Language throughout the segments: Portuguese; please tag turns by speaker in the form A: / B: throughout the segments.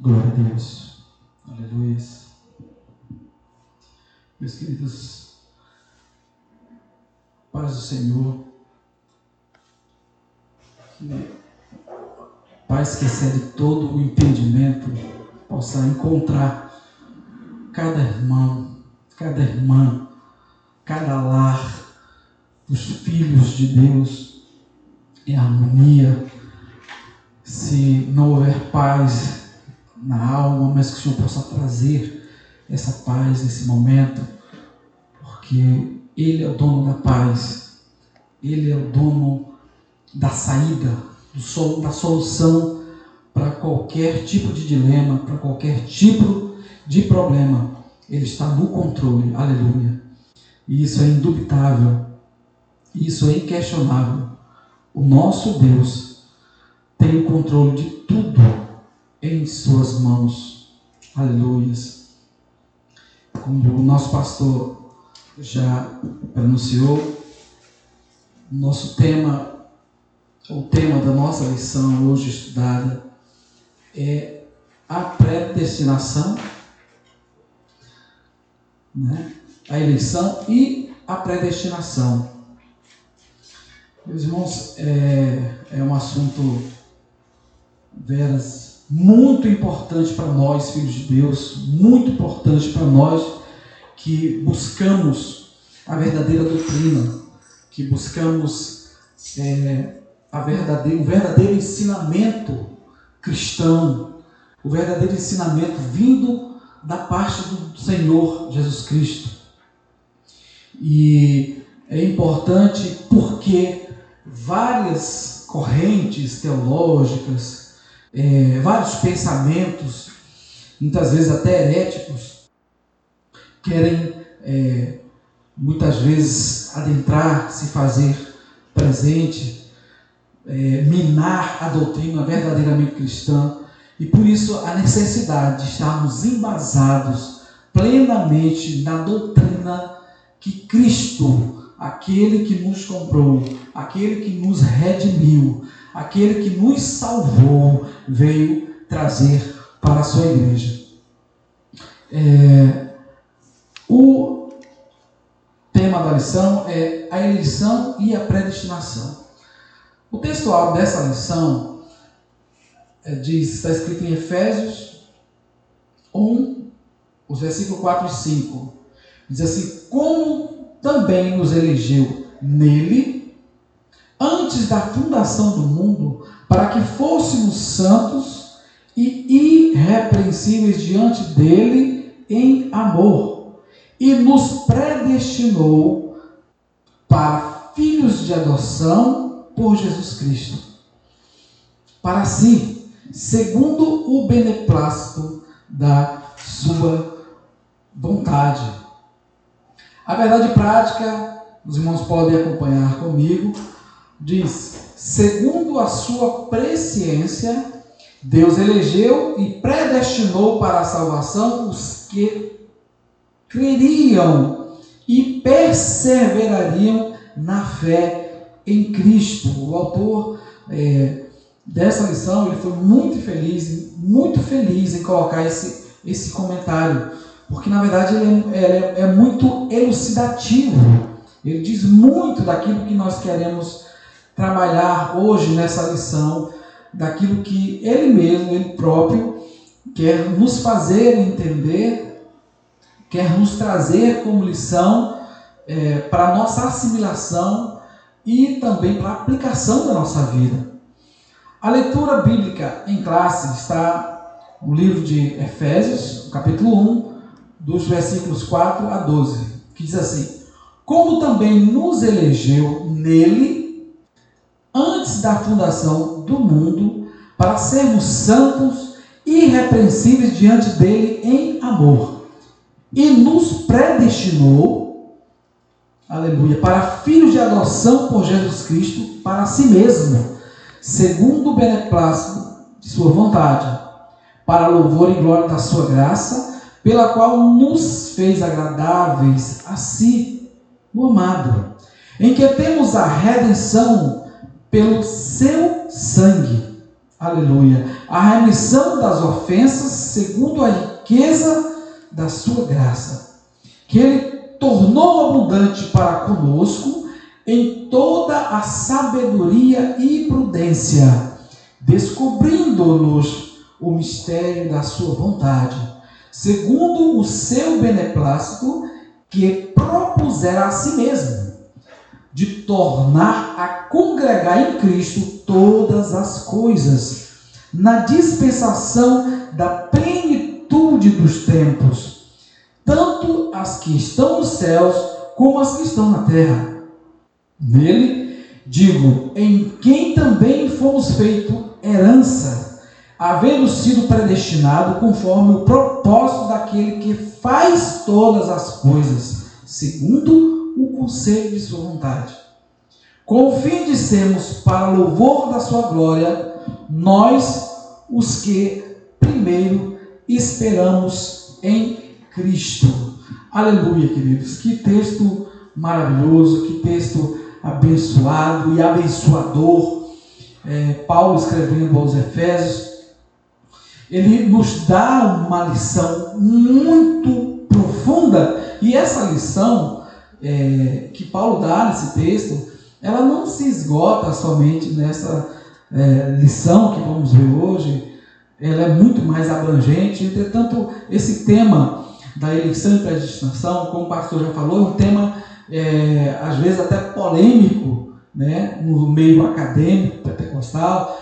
A: Glória a Deus. Aleluia. Meus queridos, paz do Senhor, que paz que excede todo o entendimento possa encontrar cada irmão, cada irmã, cada lar dos filhos de Deus em harmonia. Se não houver paz na alma, mas que o Senhor possa trazer essa paz nesse momento, porque Ele é o dono da paz, Ele é o dono da saída, da solução para qualquer tipo de dilema, para qualquer tipo de problema. Ele está no controle, aleluia. E isso é indubitável, isso é inquestionável. O nosso Deus tem o controle de tudo em suas mãos, aleluia. Como o nosso pastor já anunciou, nosso tema, o tema da nossa lição hoje estudada é a predestinação, né? A eleição e a predestinação. Meus irmãos, é um assunto veras muito importante para nós, filhos de Deus, muito importante para nós que buscamos a verdadeira doutrina, que buscamos o verdadeiro ensinamento cristão, o verdadeiro ensinamento vindo da parte do Senhor Jesus Cristo. E é importante porque várias correntes teológicas, vários pensamentos, muitas vezes até heréticos, querem muitas vezes adentrar, se fazer presente, minar a doutrina verdadeiramente cristã, e por isso a necessidade de estarmos embasados plenamente na doutrina que Cristo, aquele que nos comprou, aquele que nos redimiu, aquele que nos salvou, veio trazer para a sua igreja. O tema da lição é a eleição e a predestinação. O textual dessa lição está escrito em Efésios 1, os versículos 4 e 5. Diz assim: como também nos elegeu nele, antes da fundação do mundo, para que fôssemos santos e irrepreensíveis diante dele em amor, e nos predestinou para filhos de adoção por Jesus Cristo, para si, segundo o beneplácito da sua vontade. A verdade prática, os irmãos podem acompanhar comigo, diz: segundo a sua presciência, Deus elegeu e predestinou para a salvação os que creriam e perseverariam na fé em Cristo. O autor dessa lição, ele foi muito feliz em colocar esse comentário, porque na verdade ele é muito elucidativo. Ele diz muito daquilo que nós queremos trabalhar hoje nessa lição, daquilo que ele mesmo, ele próprio, quer nos fazer entender, quer nos trazer como lição para a nossa assimilação e também para a aplicação da nossa vida. A leitura bíblica em classe está no livro de Efésios, capítulo 1, dos versículos 4 a 12, que diz assim: como também nos elegeu nele, antes da fundação do mundo, para sermos santos e irrepreensíveis diante dele em amor, e nos predestinou, aleluia, para filhos de adoção por Jesus Cristo, para si mesmo, segundo o beneplácito de sua vontade, para louvor e glória da sua graça, pela qual nos fez agradáveis a si, no amado, em que temos a redenção pelo seu sangue, aleluia, a remissão das ofensas segundo a riqueza da sua graça, que Ele tornou abundante para conosco em toda a sabedoria e prudência, descobrindo-nos o mistério da sua vontade, segundo o seu beneplácito, que propusera a si mesmo, de tornar a congregar em Cristo todas as coisas, na dispensação da plenitude dos tempos, tanto as que estão nos céus como as que estão na terra. Nele, digo, em quem também fomos feitos herança, havendo sido predestinado conforme o propósito daquele que faz todas as coisas, segundo o conselho de sua vontade, com o fim de sermos para louvor da sua glória, nós, os que primeiro esperamos em Cristo. Aleluia, queridos. Que texto maravilhoso, que texto abençoado e abençoador. Paulo escrevendo aos Efésios, ele nos dá uma lição muito profunda, e essa lição que Paulo dá nesse texto, ela não se esgota somente nessa lição que vamos ver hoje. Ela é muito mais abrangente. Entretanto, esse tema da eleição e predestinação, como o pastor já falou, é um tema às vezes até polêmico, né, no meio acadêmico pentecostal,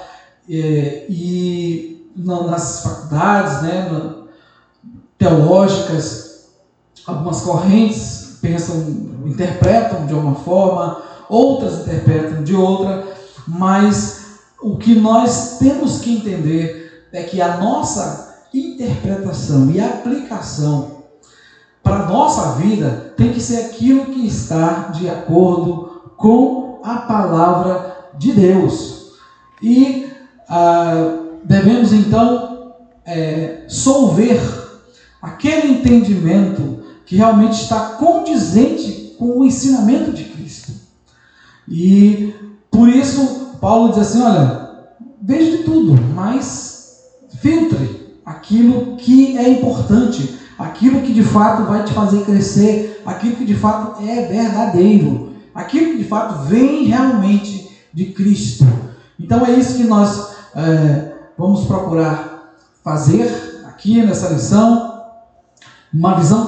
A: e nas faculdades, né, teológicas. Algumas correntes interpretam de uma forma, outras interpretam de outra, mas o que nós temos que entender é que a nossa interpretação e aplicação para a nossa vida tem que ser aquilo que está de acordo com a palavra de Deus. E devemos então solver aquele entendimento que realmente está condizente com o ensinamento de Cristo. E por isso Paulo diz assim: olha, veja de tudo, mas filtre aquilo que é importante, aquilo que de fato vai te fazer crescer, aquilo que de fato é verdadeiro, aquilo que de fato vem realmente de Cristo. Então é isso que nós vamos procurar fazer aqui nessa lição, uma visão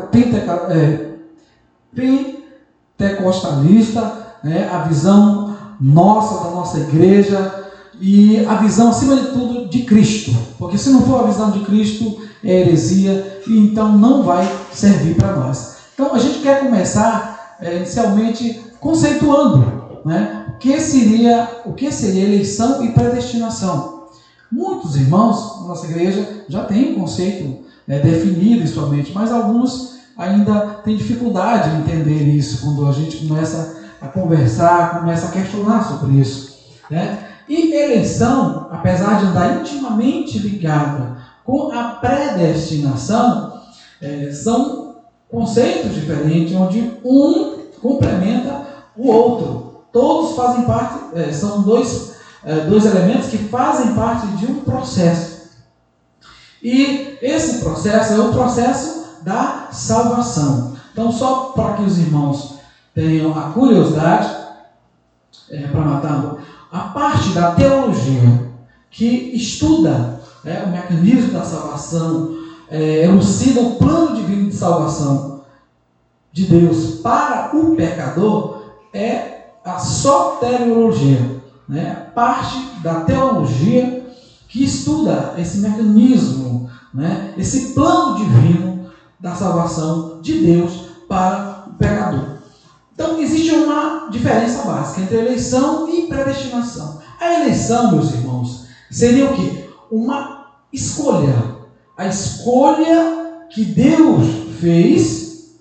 A: pentecostalista, a visão nossa, da nossa igreja, e a visão, acima de tudo, de Cristo. Porque se não for a visão de Cristo, é heresia, e então não vai servir para nós. Então a gente quer começar inicialmente conceituando, né, o que seria eleição e predestinação. Muitos irmãos na nossa igreja já têm um conceito definido em sua mente, mas alguns ainda têm dificuldade em entender isso quando a gente começa a conversar, começa a questionar sobre isso, né? E eleição, apesar de andar intimamente ligada com a predestinação, são conceitos diferentes, onde um complementa o outro. Todos fazem parte, são dois elementos que fazem parte de um processo. E esse processo é o processo da salvação. Então, só para que os irmãos tenham a curiosidade, para matar a parte da teologia que estuda o mecanismo da salvação, elucida o plano divino de salvação de Deus para o pecador, é a soteriologia, né? Parte da teologia que estuda esse mecanismo, né? Esse plano divino da salvação de Deus para o pecador. Então, existe uma diferença básica entre eleição e predestinação. A eleição, meus irmãos, seria o quê? Uma escolha. A escolha que Deus fez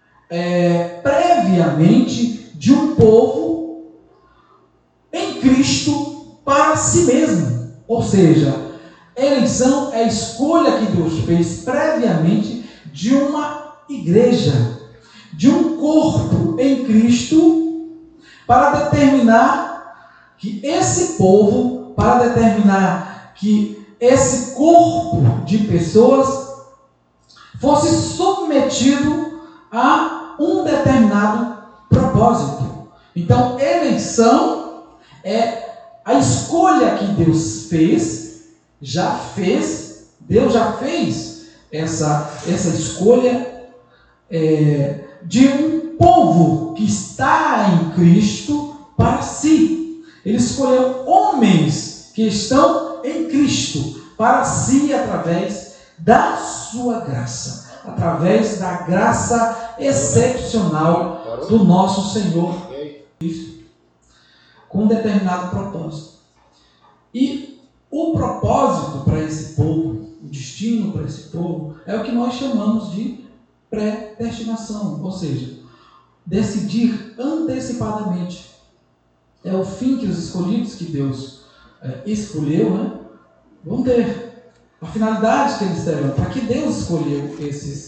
A: previamente de um povo em Cristo para si mesmo. Ou seja, eleição é a escolha que Deus fez previamente de uma igreja, de um corpo em Cristo, para determinar que esse povo, para determinar que esse corpo de pessoas fosse submetido a um determinado propósito. Então, eleição é a escolha que Deus fez, Deus já fez essa escolha de um povo que está em Cristo para si. Ele escolheu homens que estão em Cristo para si através da sua graça, através da graça excepcional do nosso Senhor Cristo, com um determinado propósito. E o propósito para esse povo, o destino para esse povo, é o que nós chamamos de predestinação, ou seja, decidir antecipadamente. É o fim que os escolhidos que Deus escolheu, né, vão ter. A finalidade que eles terão, para que Deus escolheu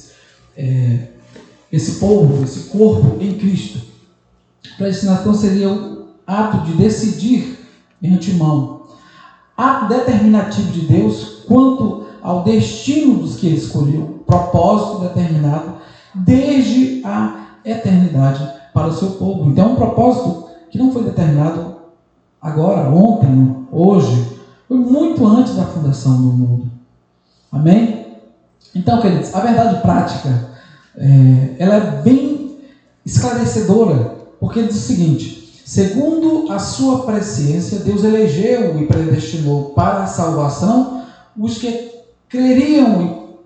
A: esse povo, esse corpo em Cristo. Predestinação seria o ato de decidir em antemão, ato determinativo de Deus quanto ao destino dos que Ele escolheu, propósito determinado desde a eternidade para o seu povo. Então, um propósito que não foi determinado agora, ontem, hoje, foi muito antes da fundação do mundo. Amém? Então, queridos, a verdade prática, ela é bem esclarecedora, porque ele diz o seguinte: segundo a sua presciência, Deus elegeu e predestinou para a salvação os que creriam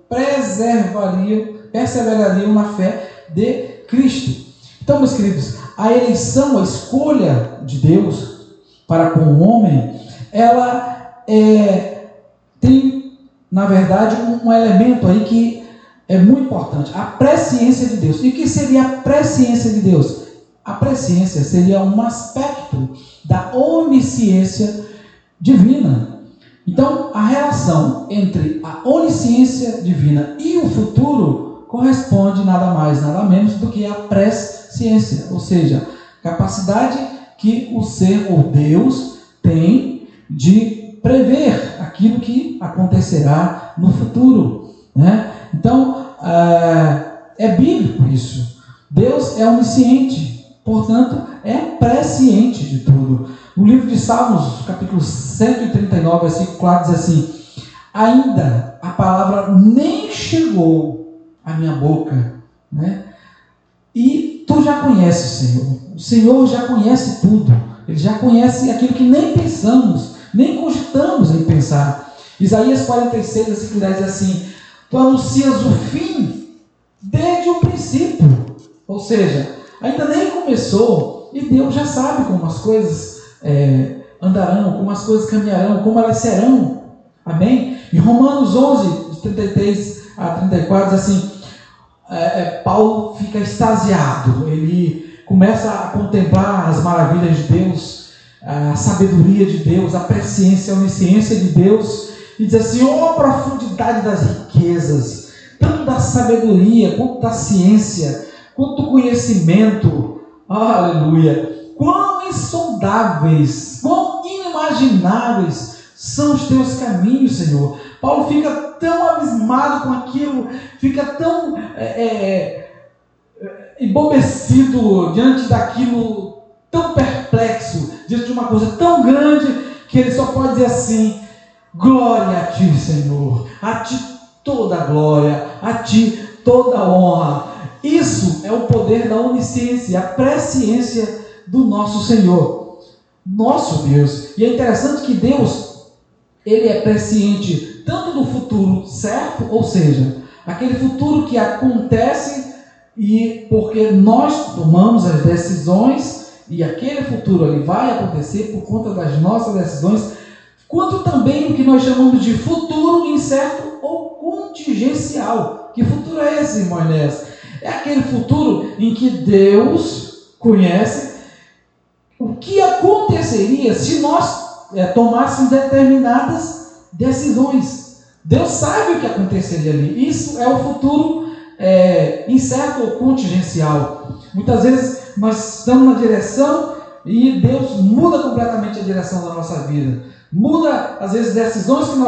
A: e perseverariam na fé de Cristo. Então, meus queridos, a eleição, a escolha de Deus para com o homem, ela tem, na verdade, um elemento aí que é muito importante: a presciência de Deus. E o que seria a presciência de Deus? A presciência seria um aspecto da onisciência divina. Então, a relação entre a onisciência divina e o futuro corresponde nada mais, nada menos do que a presciência, ou seja, capacidade que o ser ou Deus tem de prever aquilo que acontecerá no futuro, né? Então, é bíblico isso. Deus é onisciente, portanto, é presciente de tudo. No livro de Salmos, capítulo 139, versículo 4, diz assim: ainda a palavra nem chegou à minha boca, né? E tu já conheces, Senhor. O Senhor já conhece tudo. Ele já conhece aquilo que nem pensamos, nem cogitamos em pensar. Isaías 46, versículo 10 diz assim: tu anuncias o fim desde o princípio. Ou seja, ainda nem começou e Deus já sabe como as coisas andarão, como as coisas caminharão, como elas serão. Amém? Em Romanos 11, de 33 a 34, diz assim: Paulo fica extasiado, ele começa a contemplar as maravilhas de Deus, a sabedoria de Deus, a presciência, a onisciência de Deus, e diz assim: ó profundidade das riquezas, tanto da sabedoria, quanto da ciência, quanto do conhecimento, aleluia, quão insondáveis, quão inimagináveis são os teus caminhos, Senhor. Paulo fica tão abismado com aquilo, fica tão embobecido diante daquilo, tão perplexo, diante de uma coisa tão grande, que ele só pode dizer assim: glória a ti, Senhor, a ti toda a glória, a ti toda a honra. Isso é o poder da onisciência, a presciência do nosso Senhor, nosso Deus. E é interessante que Deus, ele é presciente tanto do futuro certo, ou seja, aquele futuro que acontece e porque nós tomamos as decisões e aquele futuro ali vai acontecer por conta das nossas decisões, quanto também o que nós chamamos de futuro incerto ou contingencial. Que futuro é esse, irmão Enéas? É aquele futuro em que Deus conhece o que aconteceria se nós tomássemos determinadas decisões. Deus sabe o que aconteceria ali. Isso é o futuro incerto ou contingencial. Muitas vezes nós estamos na direção e Deus muda completamente a direção da nossa vida. Muda, às vezes, decisões que nós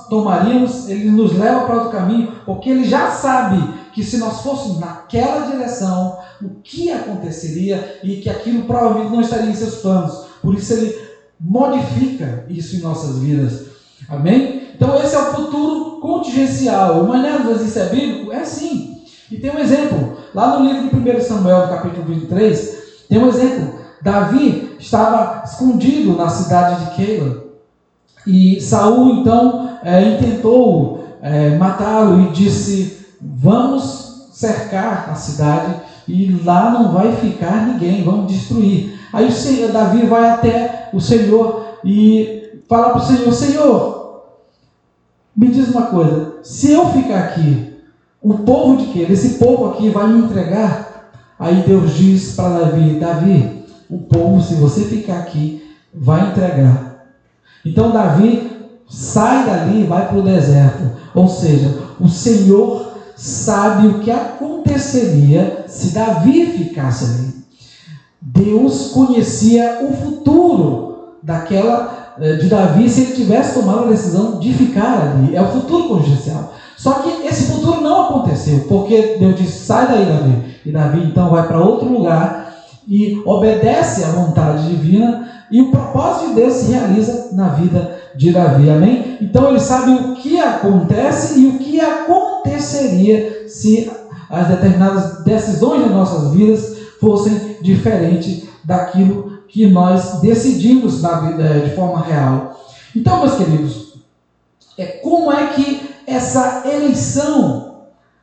A: tomaríamos, ele nos leva para outro caminho, porque ele já sabe que se nós fôssemos naquela direção, o que aconteceria e que aquilo provavelmente não estaria em seus planos. Por isso ele modifica isso em nossas vidas. Amém? Então esse é o futuro contingencial. O maneira de isso é bíblico? É sim. E tem um exemplo. Lá no livro de 1 Samuel, no capítulo 23, tem um exemplo. Davi estava escondido na cidade de Keila. E Saul então intentou matá-lo e disse: vamos cercar a cidade e lá não vai ficar ninguém, vamos destruir. Aí Davi vai até o Senhor e fala para o Senhor: Senhor, me diz uma coisa, se eu ficar aqui, o povo de Keila, esse povo aqui vai me entregar? Aí Deus diz para Davi: Davi, o povo, se você ficar aqui, vai entregar. Então Davi sai dali e vai para o deserto. Ou seja, o Senhor sabe o que aconteceria se Davi ficasse ali. Deus conhecia o futuro de Davi se ele tivesse tomado a decisão de ficar ali. É o futuro contingencial. Só que esse futuro não aconteceu, porque Deus disse: sai daí, Davi. E Davi então vai para outro lugar e obedece à vontade divina, e o propósito de Deus se realiza na vida de Davi. Amém? Então ele sabe o que acontece e o que aconteceria se as determinadas decisões das nossas vidas fossem diferentes daquilo que nós decidimos na vida, de forma real. Então, meus queridos, como é que essa eleição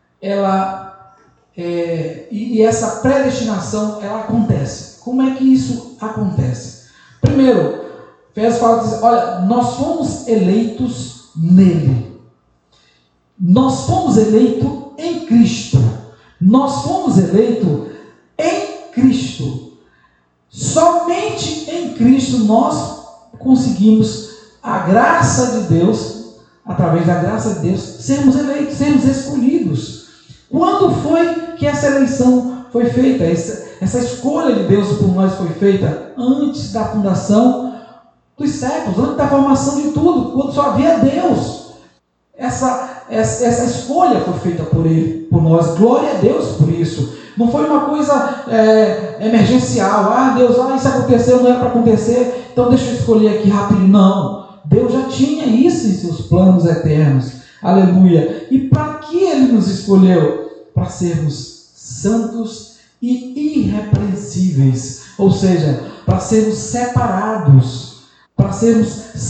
A: e essa predestinação ela acontece? Como é que isso acontece? Primeiro, Efésios fala assim: olha, nós fomos eleitos nele. Nós fomos eleitos em Cristo. Nós fomos eleitos em Cristo. Somente em Cristo nós conseguimos a graça de Deus, através da graça de Deus, sermos eleitos, sermos escolhidos. Quando foi que essa eleição foi feita? Essa escolha de Deus por nós foi feita antes da fundação dos séculos, antes da formação de tudo, quando só havia Deus. Essa escolha foi feita por Ele, por nós. Glória a Deus por isso. Não foi uma coisa emergencial. Deus, isso aconteceu, não era para acontecer, então deixa eu escolher aqui rapidinho. Não. Deus já tinha isso em seus planos eternos. Aleluia. E para que Ele nos escolheu? Para sermos santos e irrepreensíveis. Ou seja, para sermos separados, para sermos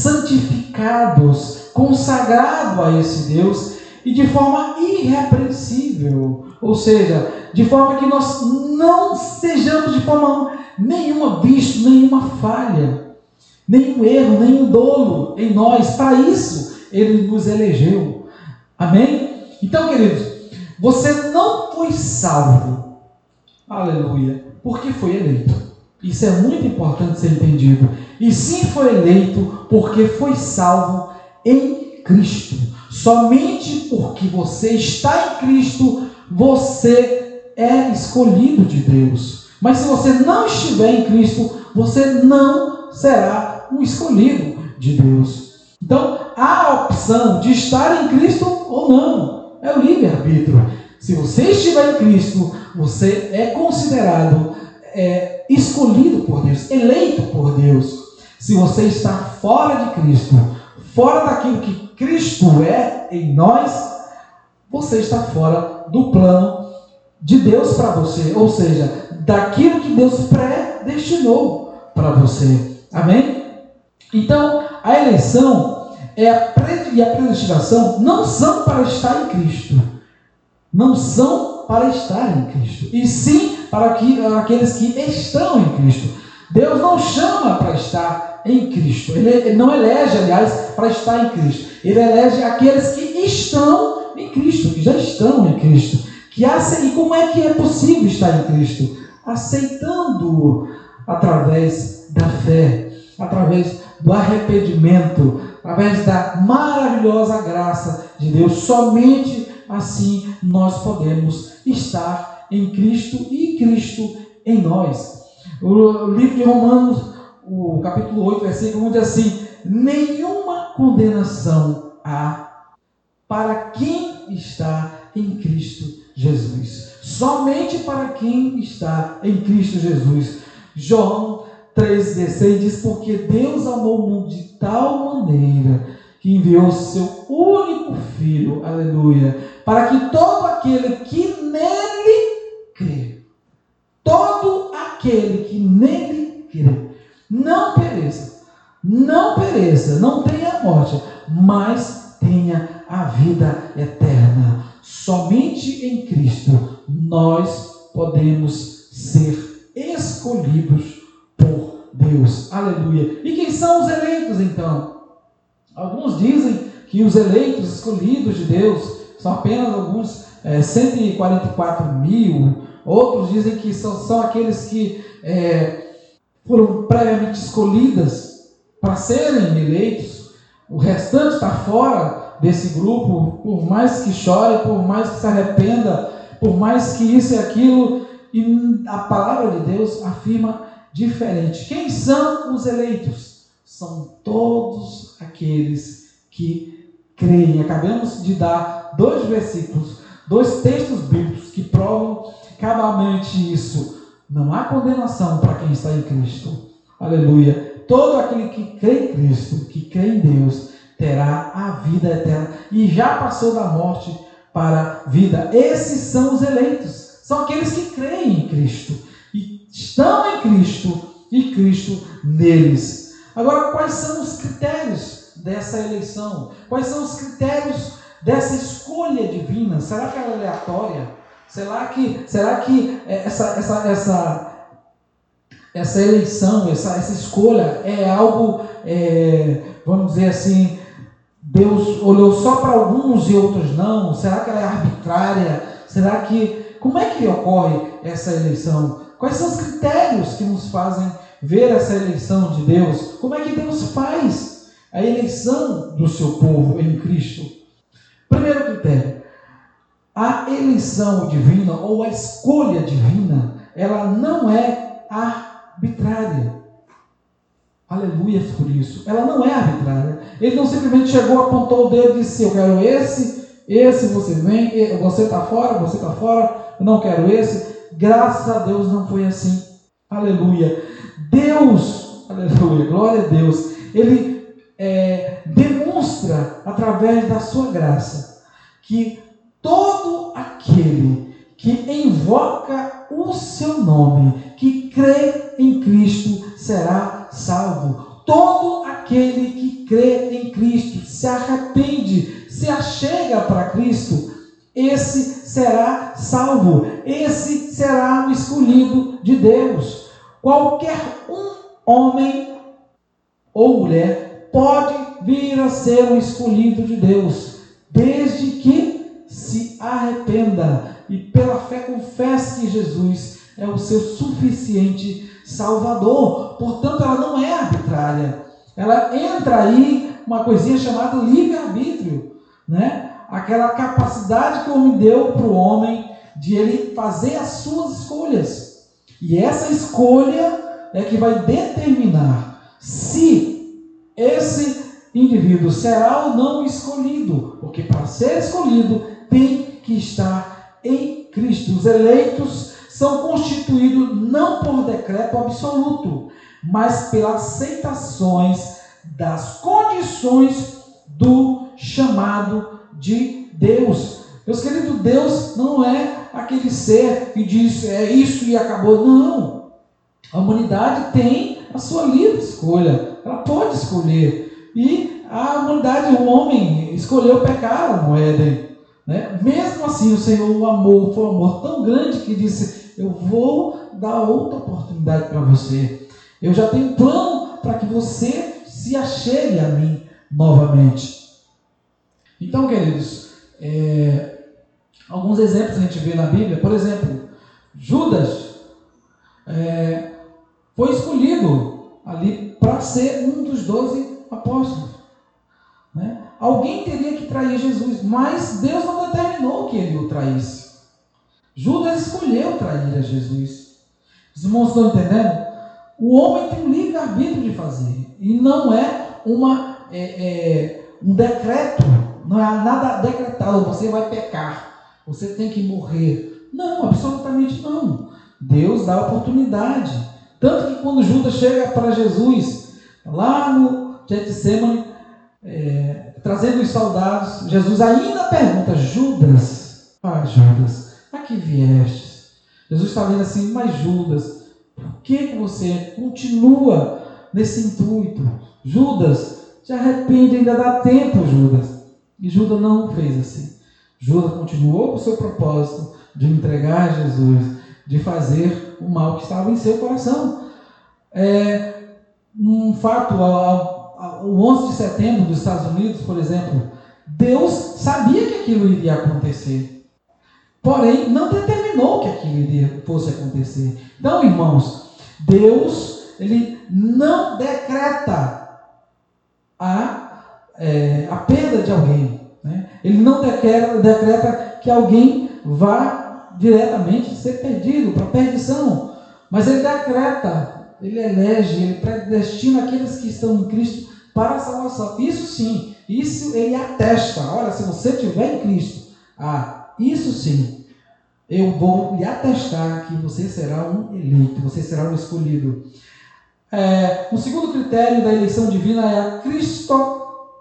A: santificados, consagrados a esse Deus e de forma irrepreensível. Ou seja, de forma que nós não sejamos de forma nenhuma vistos, nenhuma falha, nenhum erro, nenhum dolo em nós. Para isso, Ele nos elegeu. Amém? Então, queridos, você não foi salvo, aleluia, porque foi eleito. Isso é muito importante ser entendido. E sim foi eleito porque foi salvo em Cristo. Somente porque você está em Cristo, você é escolhido de Deus. Mas se você não estiver em Cristo, você não será um escolhido de Deus. Então, há a opção de estar em Cristo ou não. É o livre-arbítrio. Se você estiver em Cristo, você é considerado escolhido por Deus, eleito por Deus. Se você está fora de Cristo, fora daquilo que Cristo é em nós, você está fora do plano de Deus para você, ou seja, daquilo que Deus predestinou para você. Amém? Então, a eleição e a predestinação não são para estar em Cristo. Não são para estar em Cristo. E sim para aqueles que estão em Cristo. Deus não chama para estar em Cristo. Ele não elege, aliás, para estar em Cristo. Ele elege aqueles que estão em Cristo, que já estão em Cristo. E como é que é possível estar em Cristo? Aceitando-o através da fé, através do arrependimento, através da maravilhosa graça de Deus. Somente assim nós podemos estar em Cristo e Cristo em nós. O livro de Romanos, o capítulo 8, versículo 1 diz assim: nenhuma condenação para quem está em Cristo Jesus. Somente para quem está em Cristo Jesus. João 3,16 diz: porque Deus amou o mundo de tal maneira que enviou o seu único Filho, aleluia, para que todo aquele que nele crê, todo aquele que nele crê, não pereça, não tenha morte, mas tenha a vida eterna. Somente em Cristo nós podemos ser escolhidos por Deus, aleluia. E quem são os eleitos então? Alguns dizem que os eleitos escolhidos de Deus são apenas alguns 144 mil, outros dizem que são aqueles que foram previamente escolhidas para serem eleitos, o restante está fora desse grupo, por mais que chore, por mais que se arrependa, por mais que isso e aquilo, e a palavra de Deus afirma diferente. Quem são os eleitos? São todos aqueles que creem. Acabamos de dar 2 versículos, 2 textos bíblicos que provam cabalmente isso. Não há condenação para quem está em Cristo. Aleluia. Todo aquele que crê em Cristo, que crê em Deus, terá a vida eterna e já passou da morte para a vida. Esses são os eleitos. São aqueles que creem em Cristo e estão em Cristo e Cristo neles. Agora, quais são os critérios dessa eleição? Quais são os critérios dessa escolha divina? Será que ela é aleatória? Será que essa eleição, essa escolha é algo, vamos dizer assim, Deus olhou só para alguns e outros não? Será que ela é arbitrária? Como é que ocorre essa eleição? Quais são os critérios que nos fazem ver essa eleição de Deus? Como é que Deus faz a eleição do seu povo em Cristo? Primeiro critério: a eleição divina ou a escolha divina, ela não é arbitrária. Aleluia por isso. Ela não é arbitrária. Ele não simplesmente chegou, apontou o dedo e disse: eu quero esse você vem, você está fora, eu não quero esse. Graças a Deus não foi assim. Aleluia. Deus, aleluia, glória a Deus, Ele demonstra através da sua graça que todo aquele que invoca o seu nome, que crê em Cristo, será salvo. Todo aquele que crê em Cristo, se arrepende, se achega para Cristo, esse será salvo, esse será o escolhido de Deus. Qualquer homem ou mulher pode vir a ser um escolhido de Deus, desde que se arrependa e pela fé confesse que Jesus é o seu suficiente Salvador. Portanto, ela não é arbitrária. Ela entra aí uma coisinha chamada livre-arbítrio, né? Aquela capacidade que o homem deu para o homem de ele fazer as suas escolhas. E essa escolha é que vai determinar se esse indivíduo será ou não escolhido. Porque para ser escolhido tem que estar em Cristo. Os eleitos são constituídos não por decreto absoluto, mas pelas aceitações das condições do chamado de Deus. Meus queridos, Deus não é aquele ser que diz é isso e acabou. Não. A humanidade tem a sua livre escolha. Ela pode escolher. E a humanidade, o homem, escolheu pecar no Éden. Né? Mesmo assim, o Senhor o amou, foi um amor tão grande que disse: eu vou dar outra oportunidade para você. Eu já tenho um plano para que você se achegue a mim novamente. Então, queridos, alguns exemplos a gente vê na Bíblia. Por exemplo, Judas foi escolhido ali para ser um dos 12 apóstolos. Né? Alguém teria que trair Jesus, mas Deus não determinou que ele o traísse. Judas escolheu trair a Jesus. Os irmãos estão entendendo? O homem tem um livre-arbítrio de fazer. E não é um decreto, não é nada decretado, você vai pecar, você tem que morrer. Não, absolutamente não. Deus dá oportunidade. Tanto que quando Judas chega para Jesus, lá no Getsemane, trazendo os soldados, Jesus ainda pergunta: Judas, Judas, a que viestes? Jesus está vendo assim: mas Judas, por que você continua nesse intuito? Judas, te arrepende, ainda dá tempo, Judas. E Judas não fez assim. Judas continuou com o seu propósito de entregar a Jesus, de fazer o mal que estava em seu coração. Um fato, o 11 de setembro dos Estados Unidos, por exemplo, Deus sabia que aquilo iria acontecer, porém não determinou que aquilo fosse acontecer. Então, irmãos, Deus, ele não decreta a perda de alguém, né? Ele não decreta que alguém vá diretamente ser perdido para a perdição, mas ele decreta, ele elege, ele predestina aqueles que estão em Cristo para a salvação. Isso sim, isso ele atesta. Olha, se você estiver em Cristo, isso sim, eu vou lhe atestar que você será um eleito, você será um escolhido. O segundo critério da eleição divina é a Cristo.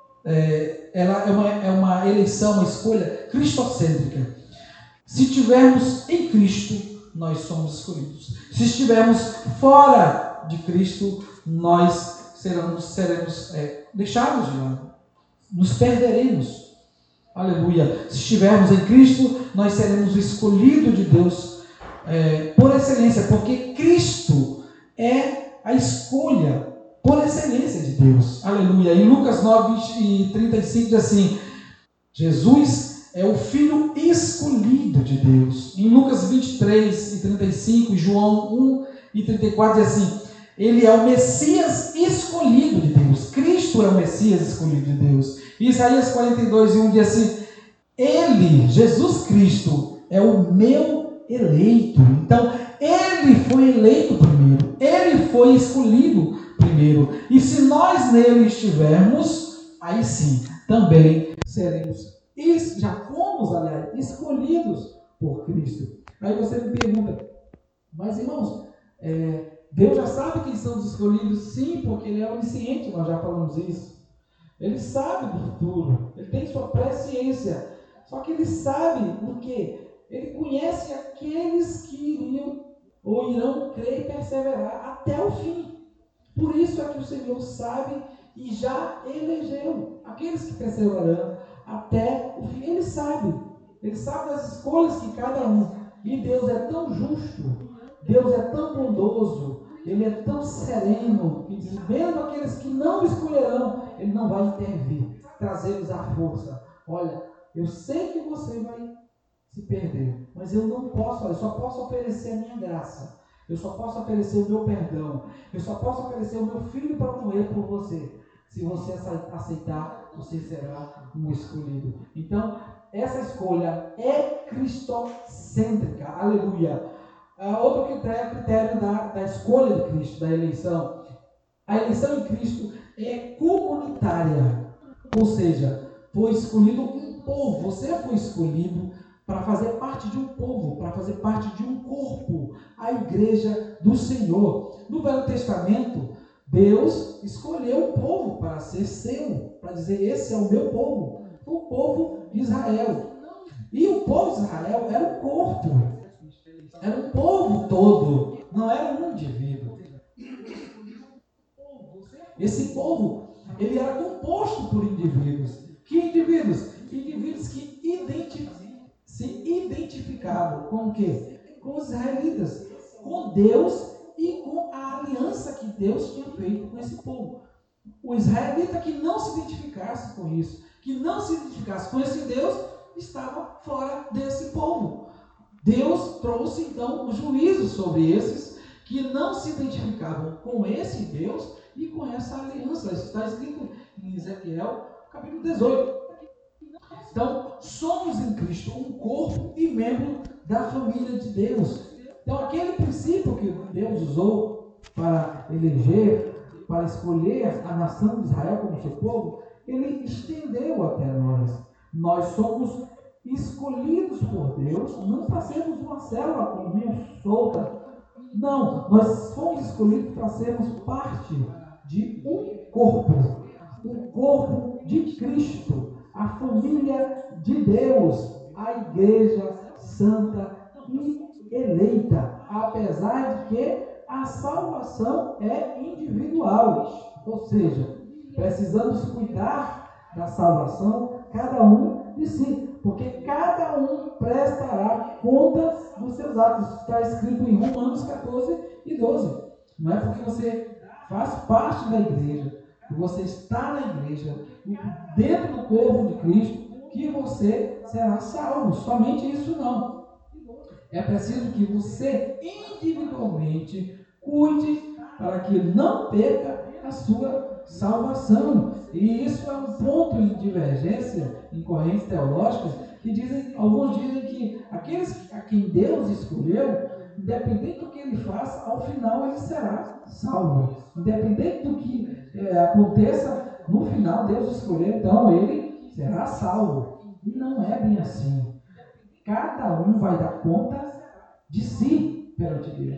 A: Ela é uma eleição, uma escolha cristocêntrica. Se estivermos em Cristo, nós somos escolhidos. Se estivermos fora de Cristo, nós seremos deixados de lado. Nos perderemos. Aleluia. Se estivermos em Cristo, nós seremos escolhidos de Deus por excelência, porque Cristo é a escolha por excelência de Deus. Aleluia. Em Lucas 9:35 diz assim: Jesus é o Filho escolhido de Deus. Em Lucas 23:35, João 1:34 diz assim: Ele é o Messias escolhido de Deus. Cristo é o Messias escolhido de Deus. Isaías 42:1 diz assim: Ele, Jesus Cristo, é o meu eleito. Então, Ele foi eleito primeiro. Ele foi escolhido primeiro. E se nós nele estivermos, aí sim, também seremos, já fomos, aliás, escolhidos por Cristo. Aí você me pergunta: mas irmãos, Deus já sabe quem são os escolhidos? Sim, porque Ele é onisciente, nós já falamos isso. Ele sabe do futuro, Ele tem sua presciência. Só que Ele sabe o quê? Ele conhece aqueles que iriam ou irão crer e perseverar até o fim. Por isso é que o Senhor sabe e já elegeu aqueles que perseverarão até o fim. Ele sabe das escolhas que cada um. E Deus é tão justo, Deus é tão bondoso, Ele é tão sereno, que diz, mesmo aqueles que não escolherão, Ele não vai intervir, trazê-los à força. Olha, eu sei que você vai se perder, mas eu não posso, eu só posso oferecer a minha graça, eu só posso oferecer o meu perdão, eu só posso oferecer o meu filho para morrer por você. Se você aceitar, você será um escolhido. Então, essa escolha é cristocêntrica. Aleluia. Outro critério da escolha de Cristo, da eleição. A eleição em Cristo é comunitária. Ou seja, foi escolhido um povo. Você foi escolhido para fazer parte de um povo, para fazer parte de um corpo, a igreja do Senhor. No Velho Testamento, Deus escolheu um povo para ser seu, para dizer: esse é o meu povo, o povo de Israel. E o povo de Israel era um corpo, era um povo todo, não era um indivíduo. Esse povo, ele era composto por indivíduos. Que indivíduos? Indivíduos que se identificavam com o quê? Com os israelitas, com Deus e com a aliança que Deus tinha feito com esse povo. O israelita que não se identificasse com isso, que não se identificasse com esse Deus, estava fora desse povo. Deus trouxe então o juízo sobre esses que não se identificavam com esse Deus e com essa aliança. Isso está escrito em Ezequiel, capítulo 18. Então, somos em Cristo um corpo e membro da família de Deus. Então, aquele princípio que Deus usou para eleger, para escolher a nação de Israel como seu povo, Ele estendeu até nós. Nós somos escolhidos por Deus, não para sermos uma célula comum, solta. Não, nós fomos escolhidos para sermos parte de um corpo. O corpo de Cristo, a família de Deus, a igreja santa e eleita, apesar de que a salvação é individual, ou seja, precisamos cuidar da salvação, cada um de si, porque cada um prestará conta dos seus atos. Está escrito em Romanos 14 e 12. Não é porque você faz parte da igreja, que você está na igreja, dentro do corpo de Cristo, que você será salvo. Somente isso não. É preciso que você individualmente cuide para que não perca a sua salvação. E isso é um ponto de divergência em correntes teológicas que dizem, alguns dizem que aqueles a quem Deus escolheu, independente do que ele faça, ao final ele será salvo. Independente do que aconteça, no final Deus escolheu, então ele será salvo. E não é bem assim. Cada um vai dar conta de si perante Deus.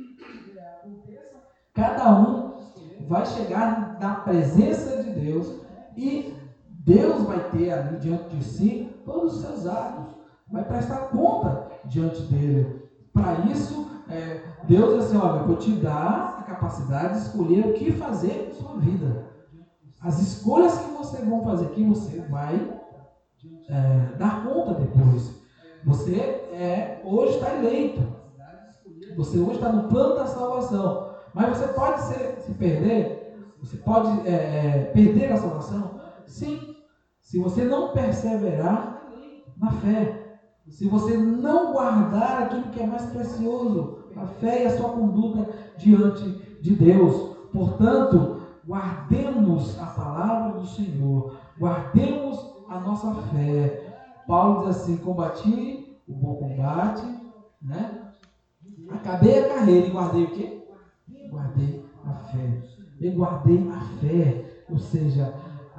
A: Cada um vai chegar na presença de Deus e Deus vai ter ali diante de si todos os seus atos. Vai prestar conta diante dele. Para isso, Deus diz assim, olha, eu vou te dar a capacidade de escolher o que fazer com sua vida. As escolhas que você vai fazer aqui, você vai dar conta depois. Você hoje está eleito. Você hoje está no plano da salvação. Mas você pode se perder. Você pode perder a salvação? Sim. Se você não perseverar na fé. Se você não guardar aquilo que é mais precioso, a fé e a sua conduta diante de Deus. Portanto, guardemos a palavra do Senhor. Guardemos a nossa fé. Paulo diz assim, combati o bom combate, né? Acabei a carreira e guardei o quê? Guardei a fé. Eu guardei a fé. Ou seja,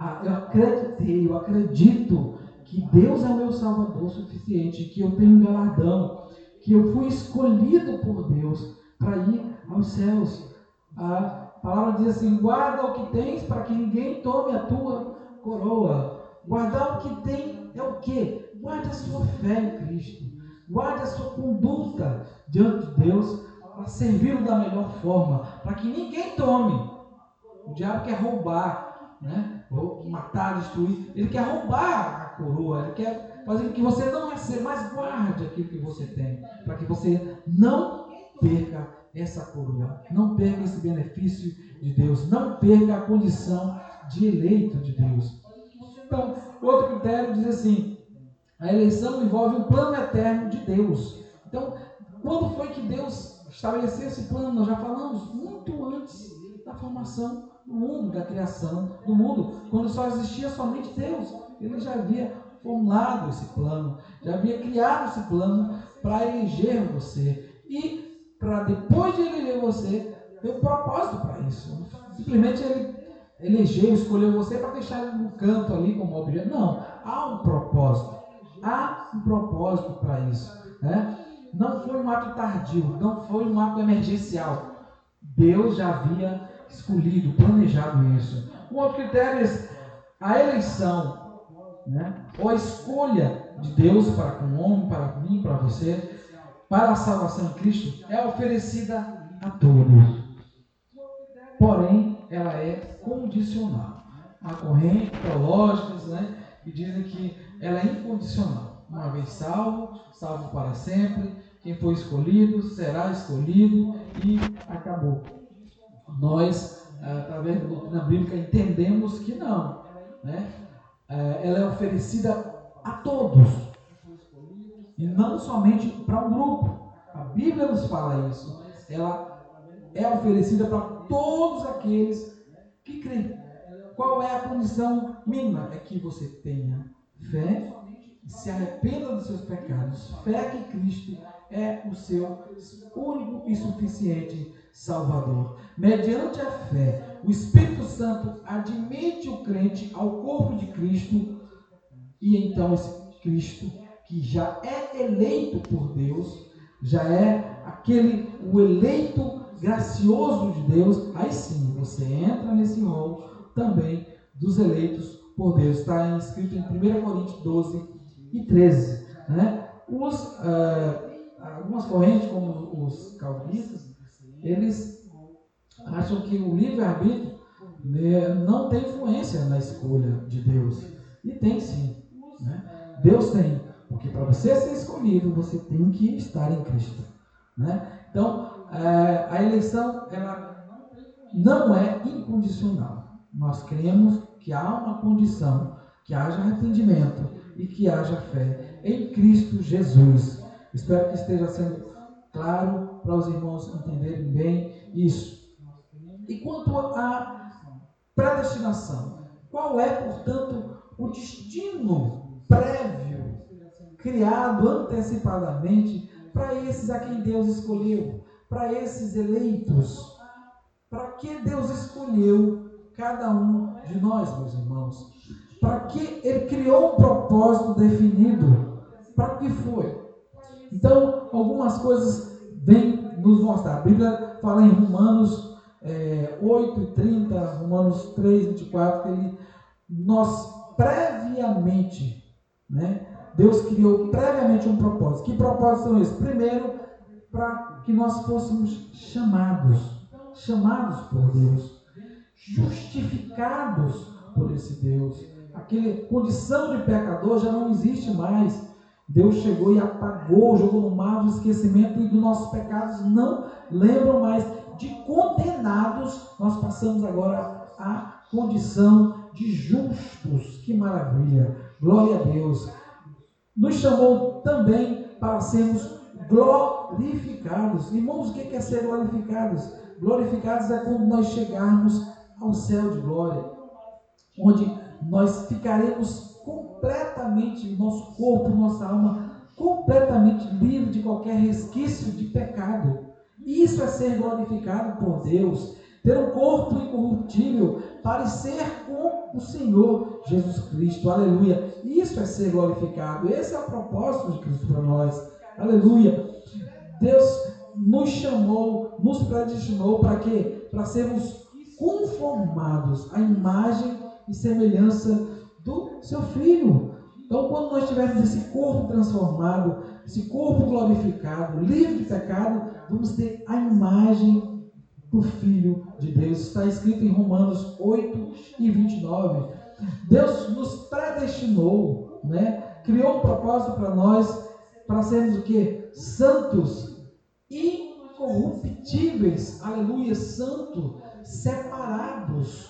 A: eu acredito que Deus é o meu Salvador suficiente, que eu tenho um galardão, que eu fui escolhido por Deus para ir aos céus. A palavra diz assim, guarda o que tens para que ninguém tome a tua coroa. Guardar o que tem é o quê? Guarde a sua fé em Cristo. Guarde a sua conduta diante de Deus para servi-lo da melhor forma, para que ninguém tome. O diabo quer roubar, né? Ou matar, destruir. Ele quer roubar a coroa, ele quer fazer com que você não receba, mas guarde aquilo que você tem, para que você não perca essa coroa, não perca esse benefício de Deus, não perca a condição de eleito de Deus. Então, outro critério diz assim, a eleição envolve um plano eterno de Deus. Então, quando foi que Deus estabeleceu esse plano? Nós já falamos muito antes da formação do mundo, da criação do mundo, quando só existia somente Deus. Ele já havia formulado esse plano, já havia criado esse plano para eleger você. E para depois de eleger você, ter um propósito para isso. Simplesmente ele elegeu, escolheu você para deixar ele no canto ali como objeto. Não, há um propósito. Há um propósito para isso. Né? Não foi um ato tardio, não foi um ato emergencial. Deus já havia escolhido, planejado isso. Um outro critério é a eleição, né? Ou a escolha de Deus para com o homem, para mim, para você, para a salvação em Cristo, é oferecida a todos. Porém, ela é condicional. Há correntes teológicas, né, que dizem que ela é incondicional. Uma vez salvo, salvo para sempre. Quem foi escolhido, será escolhido e acabou. Nós, através da doutrina bíblica, entendemos que não. Né? Ela é oferecida a todos. E não somente para um grupo. A Bíblia nos fala isso. Ela é oferecida para todos aqueles que creem. Qual é a condição mínima? É que você tenha fé e se arrependa dos seus pecados. Fé que Cristo é o seu único e suficiente Salvador. Mediante a fé, O Espírito Santo admite o crente ao corpo de Cristo, e então esse Cristo, que já é eleito por Deus, já é o eleito gracioso de Deus, aí sim você entra nesse rol também dos eleitos por Deus. Está escrito em 1 Coríntios 12 e 13. Né? Algumas correntes, como os calvinistas, eles acham que o livre-arbítrio, né, não tem influência na escolha de Deus. E tem sim. Né? Deus tem. Porque para você ser escolhido, você tem que estar em Cristo. Né? Então, a eleição ela não é incondicional. Nós cremos que há uma condição, que haja arrependimento e que haja fé em Cristo Jesus. Espero que esteja sendo claro para os irmãos entenderem bem isso. E quanto à predestinação, qual é, portanto, o destino prévio, criado antecipadamente para esses a quem Deus escolheu, para esses eleitos? Para que Deus escolheu cada um de nós, meus irmãos? Para que Ele criou um propósito definido? Para que foi? Então, algumas coisas vêm nos mostrar. A Bíblia fala em Romanos 8 e 30, Romanos 3, 24, que nós previamente, né, Deus criou previamente um propósito. Que propósitos são esses? Primeiro, para que nós fôssemos chamados por Deus, justificados por esse Deus. Aquela condição de pecador já não existe mais. Deus chegou e apagou, jogou no mar do esquecimento, e dos nossos pecados não lembram mais. De condenados, nós passamos agora à condição de justos. Que maravilha! Glória a Deus! Nos chamou também para sermos glorificados. Irmãos, o que é ser glorificados? Glorificados é quando nós chegarmos ao céu de glória, onde nós ficaremos completamente, nosso corpo, nossa alma, completamente livre de qualquer resquício de pecado. Isso é ser glorificado por Deus, ter um corpo incorruptível, parecer com o Senhor Jesus Cristo, aleluia. Isso é ser glorificado, esse é o propósito de Cristo para nós, aleluia. Deus nos chamou, nos predestinou para quê? Para sermos conformados à imagem e semelhança do seu Filho. Então, quando nós tivermos esse corpo transformado, esse corpo glorificado, livre de pecado, vamos ter a imagem do Filho de Deus. Está escrito em Romanos 8 e 29. Deus nos predestinou, né? Criou um propósito para nós, para sermos o quê? Santos, incorruptíveis, aleluia, santo, separados,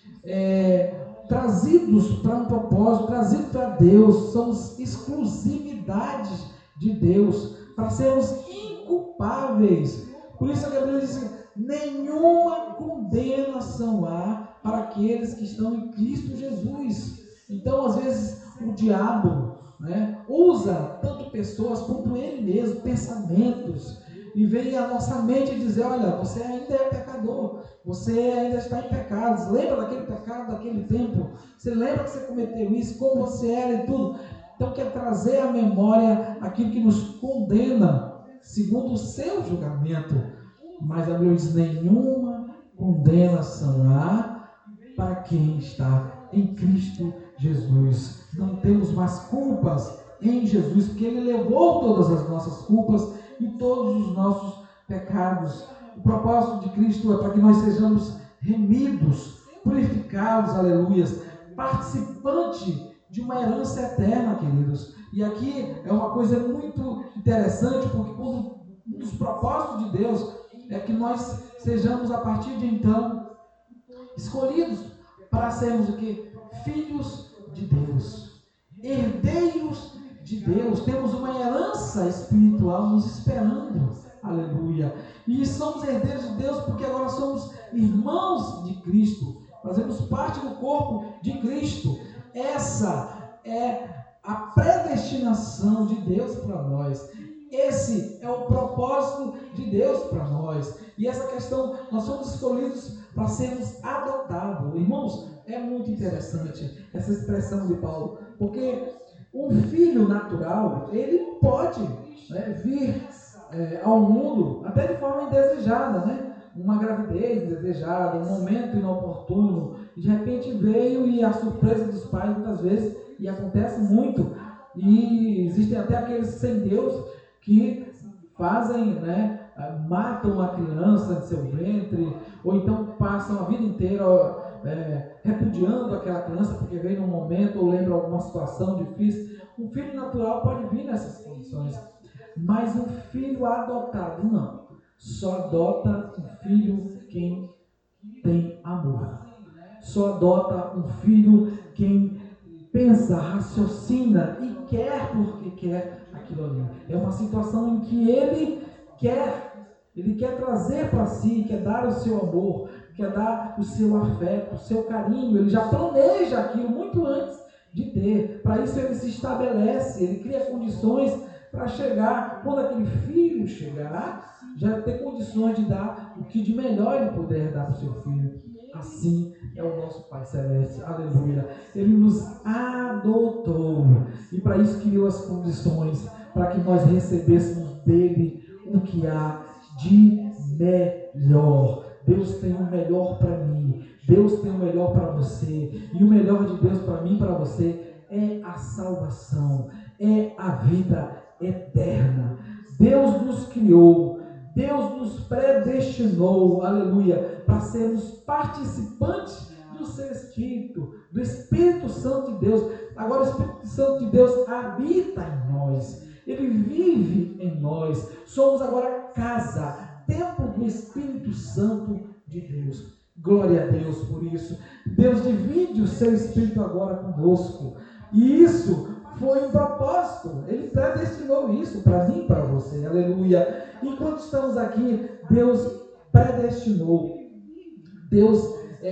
A: trazidos para um propósito, trazidos para Deus. Somos exclusividades de Deus, para sermos inculpáveis. Por isso a Bíblia diz: nenhuma condenação há para aqueles que estão em Cristo Jesus. Então, às vezes, o diabo, né, usa tanto pessoas quanto ele mesmo, pensamentos, e vem à nossa mente dizer: olha, você ainda é pecador, você ainda está em pecados. Lembra daquele pecado, daquele tempo? Você lembra que você cometeu isso, como você era e tudo? Então quer trazer à memória aquilo que nos condena, segundo o seu julgamento. Mas a Bíblia diz: nenhuma condenação há para quem está em Cristo Jesus. Não temos mais culpas em Jesus, porque Ele levou todas as nossas culpas e todos os nossos pecados. O propósito de Cristo é para que nós sejamos remidos, purificados, aleluias, participante de uma herança eterna, queridos. E aqui é uma coisa muito interessante, porque um dos propósitos de Deus é que nós sejamos, a partir de então, escolhidos para sermos o quê? Filhos de Deus, herdeiros de Deus. Temos uma herança espiritual nos esperando, aleluia. E somos herdeiros de Deus porque agora somos irmãos de Cristo, fazemos parte do corpo de Cristo. Essa é a predestinação de Deus para nós. Esse é o propósito de Deus para nós. E essa questão, nós somos escolhidos para sermos adotados. Irmãos, é muito interessante essa expressão de Paulo, porque um filho natural, ele pode, né, vir ao mundo até de forma indesejada, né? Uma gravidez indesejada, um momento inoportuno, e de repente veio, e a surpresa dos pais muitas vezes, e acontece muito, e existem até aqueles sem Deus que fazem, né, matam a criança de seu ventre, ou então passam a vida inteira repudiando aquela criança porque veio num momento ou lembra alguma situação difícil. Um filho natural pode vir nessas condições, mas um filho adotado não. Só adota um filho quem tem amor. Só adota um filho quem pensa, raciocina e quer porque quer aquilo ali. É uma situação em que ele quer trazer para si, quer dar o seu amor, quer dar o seu afeto, o seu carinho. Ele já planeja aquilo muito antes de ter. Para isso ele se estabelece, ele cria condições para chegar, quando aquele filho chegar, já ter condições de dar o que de melhor ele puder dar para o seu filho. Assim é o nosso Pai Celeste, aleluia. Ele nos adotou e para isso criou as condições para que nós recebêssemos dele o que há de melhor. Deus tem o melhor para mim, Deus tem o melhor para você, e o melhor de Deus para mim e para você é a salvação, é a vida eterna. Deus nos criou, Deus nos predestinou, aleluia, para sermos participantes do seu Espírito, do Espírito Santo de Deus. Agora o Espírito Santo de Deus habita em nós, ele vive em nós. Somos agora casa, templo do Espírito Santo de Deus. Glória a Deus por isso. Deus divide o seu Espírito agora conosco, e isso foi um propósito. Ele predestinou isso para mim e para você, aleluia. Enquanto estamos aqui, Deus predestinou, Deus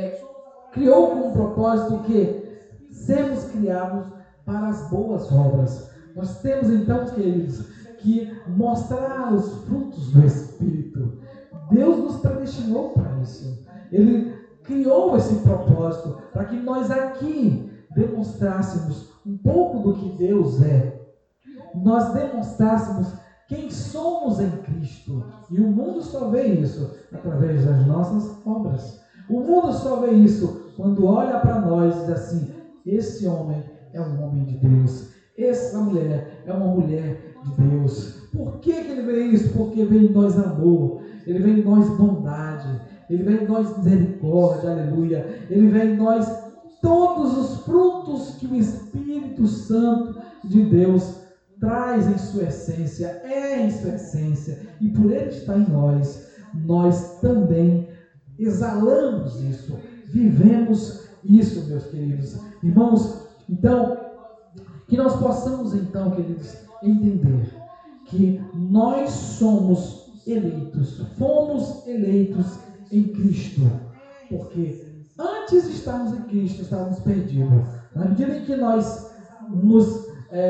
A: criou com um propósito que sermos criados para as boas obras. Nós temos então, queridos, que mostrar os frutos do Espírito. Deus nos predestinou para isso. Ele criou esse propósito para que nós aqui demonstrássemos um pouco do que Deus é. Nós demonstrássemos quem somos em Cristo. E o mundo só vê isso através das nossas obras. O mundo só vê isso quando olha para nós e diz assim: esse homem é um homem de Deus, essa mulher é uma mulher de Deus. Por que ele vê isso? Porque vê em nós amor, ele vê em nós bondade, ele vê em nós misericórdia, aleluia. Ele vê em nós todos os frutos que o Espírito Santo de Deus traz em sua essência, em sua essência, e por ele estar em nós, nós também exalamos isso, vivemos isso, meus queridos irmãos. Então, que nós possamos então, queridos, entender que nós somos eleitos, fomos eleitos em Cristo, porque antes de estarmos em Cristo, estávamos perdidos. Na medida em que nós nos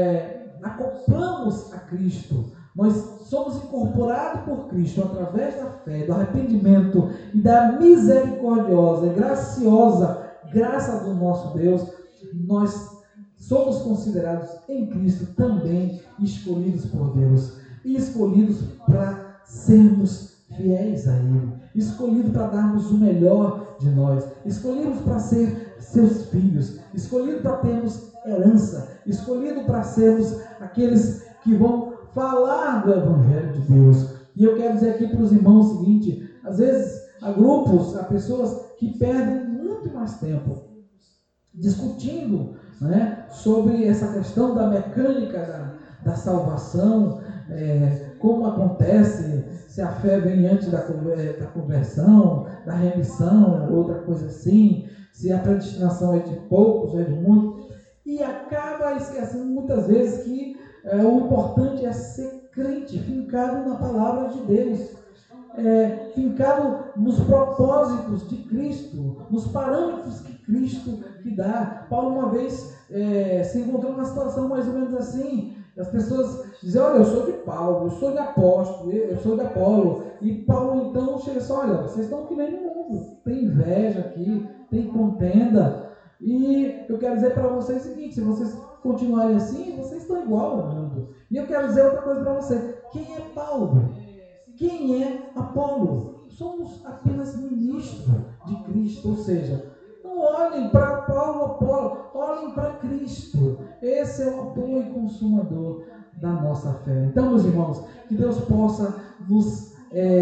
A: acoplamos a Cristo, nós somos incorporados por Cristo através da fé, do arrependimento e da misericordiosa e graciosa graça do nosso Deus. Nós somos considerados em Cristo também escolhidos por Deus, e escolhidos para sermos fiéis a Ele, escolhidos para darmos o melhor de nós, escolhidos para ser seus filhos, escolhidos para termos herança, escolhidos para sermos aqueles que vão falar do Evangelho de Deus. E eu quero dizer aqui para os irmãos o seguinte: às vezes há grupos, há pessoas que perdem muito mais tempo discutindo, né, sobre essa questão da mecânica da salvação, como acontece, se a fé vem antes da conversão, da remissão, outra coisa assim, se a predestinação é de poucos ou é de muitos, e acaba esquecendo muitas vezes que o importante é ser crente, fincado na palavra de Deus, fincado nos propósitos de Cristo, nos parâmetros que Cristo que dá. Paulo uma vez se encontrou numa situação mais ou menos assim, As pessoas dizem, olha, eu sou de Paulo, eu sou de apóstolo, eu sou de Apolo. E Paulo então chega assim, olha, vocês estão que nem no mundo. Tem inveja aqui, tem contenda. E eu quero dizer para vocês o seguinte, se vocês continuarem assim, vocês estão igual ao mundo. E eu quero dizer outra coisa para vocês. Quem é Paulo? Quem é Apolo? Somos apenas ministros de Cristo, ou seja, não olhem para Paulo, Apolo, olhem para Cristo. Esse é o autor e consumador da nossa fé. Então, meus irmãos, que Deus possa nos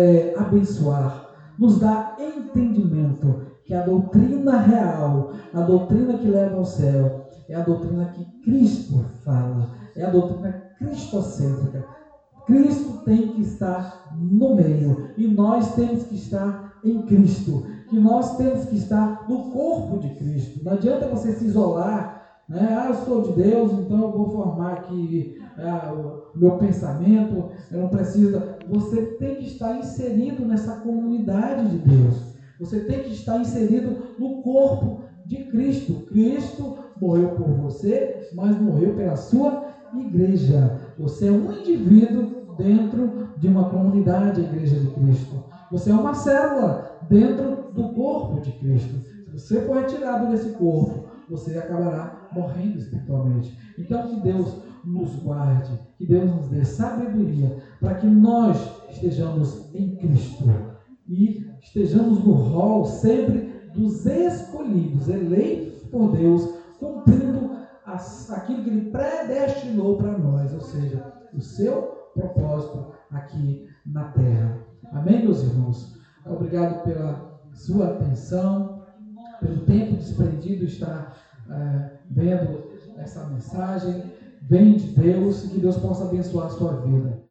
A: abençoar, nos dar entendimento que a doutrina real, a doutrina que leva ao céu, é a doutrina que Cristo fala, é a doutrina cristocêntrica. Cristo tem que estar no meio e nós temos que estar em Cristo, que nós temos que estar no corpo de Cristo. Não adianta você se isolar, né? Eu sou de Deus, então eu vou formar aqui o meu pensamento, eu não preciso. Você tem que estar inserido nessa comunidade de Deus, você tem que estar inserido no corpo de Cristo. Cristo morreu por você, mas morreu pela sua igreja. Você é um indivíduo dentro de uma comunidade, a igreja de Cristo. Você é uma célula dentro do corpo de Cristo. Se você for retirado desse corpo, você acabará morrendo espiritualmente. Então que Deus nos guarde, que Deus nos dê sabedoria para que nós estejamos em Cristo e estejamos no rol sempre dos escolhidos, eleitos por Deus, cumprindo aquilo que Ele predestinou para nós, ou seja, o seu propósito aqui na terra. Amém, meus irmãos? Obrigado pela sua atenção, pelo tempo desprendido estar vendo essa mensagem. Vem de Deus e que Deus possa abençoar a sua vida.